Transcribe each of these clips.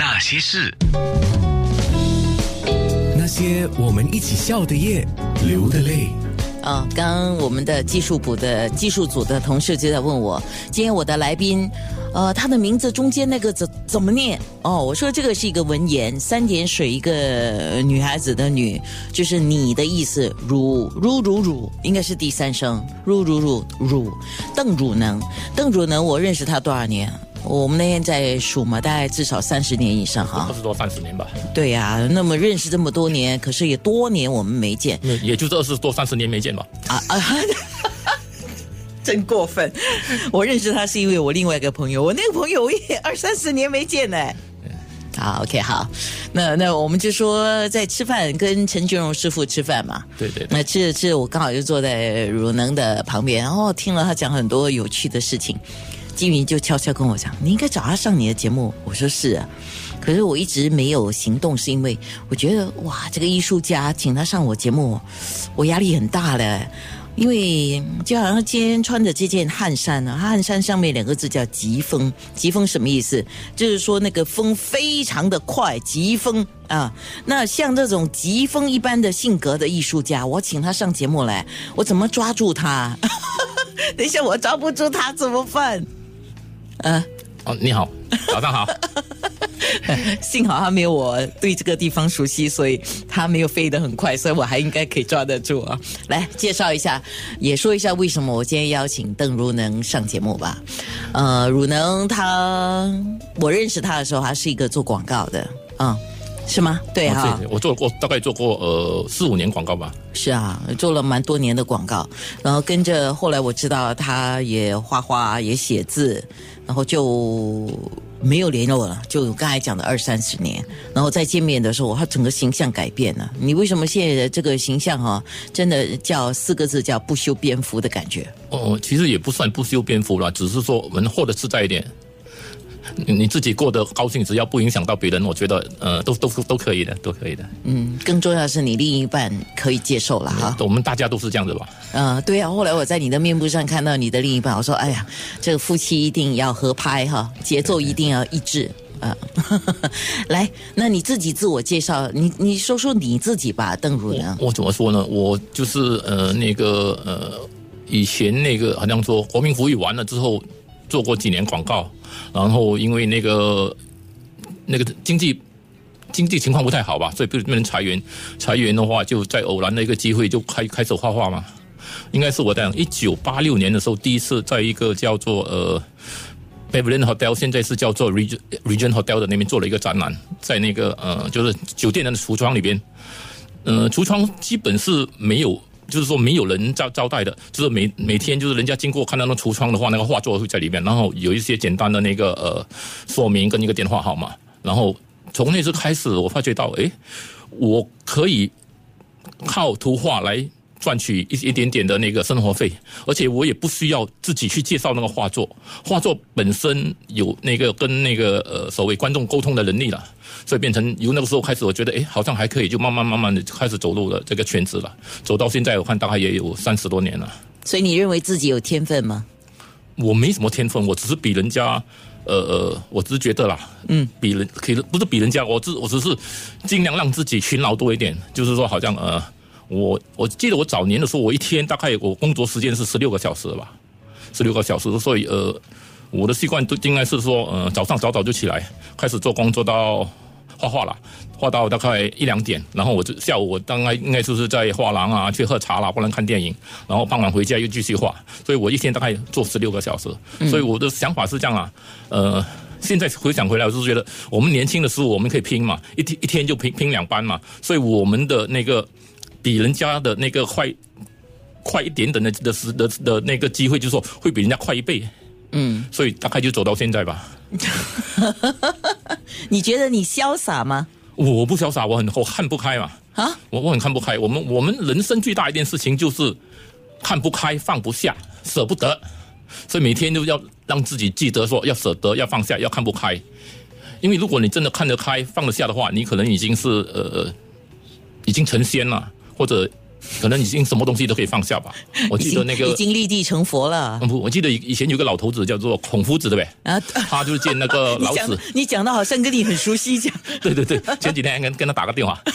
那些事， 那些我们一起笑的夜，流的泪。 刚刚我们的技术组的同事就在问我，今天我的来宾，他的名字中间那个怎么念？我说这个是一个文言，3点水一个女孩子的女，就是你的意思，汝，应该是第3声，汝，邓汝能，我认识他多少年？我们那天在数嘛，大概至少30年以上哈，20 多30年吧。 对呀，那么认识这么多年，可是也多年我们没见， 也就是20多30年没见吧。 真过分！我认识他是因为我另外一个朋友，我那个朋友也20-30年没见呢。好 ，OK， 好，那我们就说在吃饭，跟陈俊荣师傅吃饭嘛。 对。 那吃，我刚好就坐在汝能的旁边，然后听了他讲很多有趣的事情。金云就悄悄跟我讲，你应该找他上你的节目。我说是啊，可是我一直没有行动，是因为我觉得哇，这个艺术家请他上我节目，我压力很大的。因为就好像今天穿的这件汗衫啊，汗衫上面2个字叫疾风，疾风什么意思？就是说那个风非常的快，疾风啊。那像这种疾风一般的性格的艺术家，我请他上节目来，我怎么抓住他？等一下我抓不住他怎么办？ 你好，早上好。 幸好他没有我对这个地方熟悉，所以他没有飞得很快，所以我还应该可以抓得住啊。来介绍一下，也说一下为什么我今天邀请邓汝能上节目吧。汝能我认识他的时候，他是一个做广告的，是吗？对哈， 我大概做过4-5年广告吧。 是啊，做了蛮多年的广告，然后跟着后来我知道他也画画也写字，然后就没有联络了，就刚才讲的20-30年，然后再见面的时候，他整个形象改变了。你为什么现在的这个形象真的叫4个字，叫不修边幅的感觉？ 其实也不算不修边幅啦，只是说我们活得自在一点。你自己过得高兴，只要不影响到别人，我觉得都可以的，都可以的。 更重要的是你另一半可以接受了哈。 我们大家都是这样子吧。 对啊。后来我在你的面部上看到你的另一半，我说哎呀，这个夫妻一定要合拍哈，节奏一定要一致。来，那你自己自我介绍，你说说你自己吧，邓汝能。 我怎么说呢？我就是以前那个好像说国民服务完了之后，做过几年广告。然后因为那个经济情况不太好吧，所以变成裁员。裁员的话，就在偶然的一个机会就开始画画嘛。应该是我在1986年的时候，第一次在一个叫做Pavilion Hotel， 现在是叫做 Regent Hotel 的那边做了一个展览，在那个就是酒店的橱窗里边，橱窗基本是没有。就是说没有人招待的，就是每天就是人家经过看到那橱窗的话，那个画作会在里面，然后有一些简单的那个说明跟一个电话号码，然后从那次开始，我发觉到，我可以靠图画来赚取一点点的那个生活费，而且我也不需要自己去介绍那个画作，画作本身有那个跟那个所谓观众沟通的能力了。所以变成由那个时候开始，我觉得好像还可以，就慢慢的开始走入了这个圈子了。走到现在，我看大概也有30多年了。 所以你认为自己有天分吗？ 我没什么天分，我只是比人家，我只是觉得啦，比人可以不是比人家，我只是尽量让自己勤劳多一点。就是说，好像我记得我早年的时候，我一天大概我工作时间是16个小时吧，16个小时，所以我的习惯都应该是说，早上早就起来，开始做工，做到画画了，画到大概1-2点，然后下午我应该就是在画廊啊去喝茶啦，不然看电影，然后傍晚回家又继续画，所以我一天大概做16个小时。所以我的想法是这样啊，现在回想回来，我就是觉得我们年轻的时候我们可以拼嘛，一天就拼2班嘛，所以我们的那个比人家的那个快一点的那个机会，就是说会比人家快1倍。所以大概就走到现在吧。 你觉得你潇洒吗？ 我不潇洒，我看不开嘛。我很看不开。我们人生最大一件事情就是看不开、放不下、舍不得，所以每天都要让自己记得说要舍得、要放下、要看不开。因为如果你真的看得开、放得下的话，你可能已经是已经成仙了，或者可能已经什么东西都可以放下吧。我记得那个已经立地成佛了。 不，我记得以前有个老头子叫做孔夫子，对不对？啊，他就是见那个老子。 你讲的好像跟你很熟悉讲。 对，前几天跟他打个电话。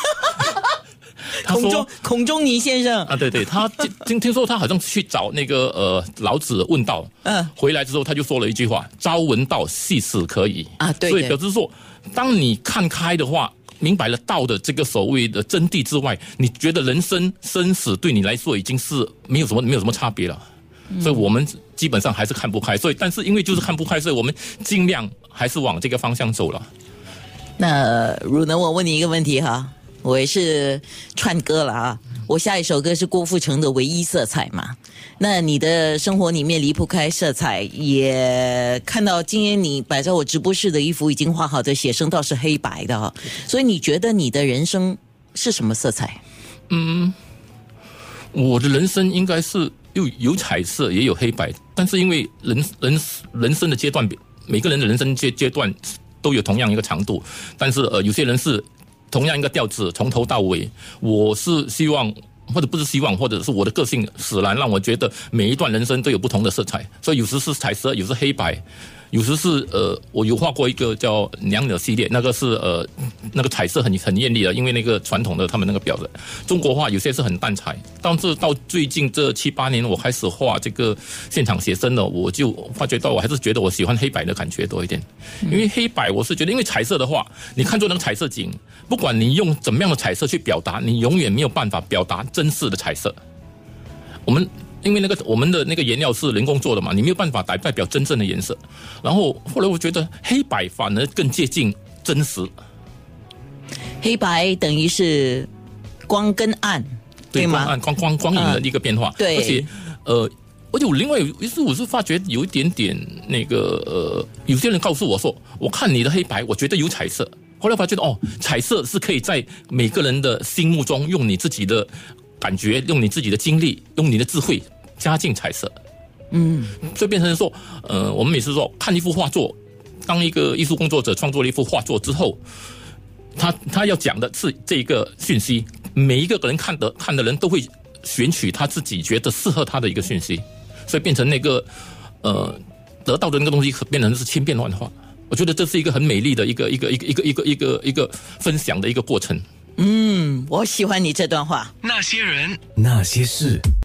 孔仲尼先生啊，对，他听说他好像去找那个老子问道，回来之后他就说了一句话：朝闻道，夕死可矣啊。对，所以表示说，当你看开的话，明白了道的这个所谓的真谛之外，你觉得人生生死对你来说已经是没有什么差别了。所以我们基本上还是看不开，但是因为就是看不开，所以我们尽量还是往这个方向走了。 那汝能，我问你一个问题哈。我也是串歌了啊！我下一首歌是郭富城的《唯一色彩》嘛。那你的生活里面离不开色彩，也看到今天你摆在我直播室的一幅已经画好的写生，倒是黑白的哈。所以你觉得你的人生是什么色彩？ 我的人生应该是有彩色也有黑白，但是因为人生的阶段，每个人的人生阶段都有同样一个长度，但是有些人是同样一个调子从头到尾。我是希望，或者不是希望，或者是我的个性使然，让我觉得每一段人生都有不同的色彩，所以有时是彩色，有时黑白，有时是我有画过一个叫娘惹系列，那个是那个彩色很艳丽的，因为那个传统的他们那个表的中国画有些是很淡彩，但是到最近这7、8年我开始画这个现场写生了，我就发觉到我还是觉得我喜欢黑白的感觉多一点。因为黑白我是觉得，因为彩色的话，你看作那个彩色景，不管你用怎么样的彩色去表达，你永远没有办法表达真实的彩色。因为我们的那个颜料是人工做的嘛，你没有办法代表真正的颜色。然后后来我觉得黑白反而更接近真实。 黑白等于是光跟暗，对吗？ 光影的一个变化。 对， 而且我另外我是发觉有一点点那个有些人告诉我说，我看你的黑白，我觉得有彩色。后来我觉得彩色是可以在每个人的心目中用你自己的感觉，用你自己的经历，用你的智慧加进彩色。所以变成说，我们每次说看一幅画作，当一个艺术工作者创作了一幅画作之后，他要讲的是这个讯息，每一个人看的人都会选取他自己觉得适合他的一个讯息，所以变成那个得到的那个东西变成是千变万化。我觉得这是一个很美丽的一个分享的一个过程。 我喜欢你这段话。 那些人，那些事。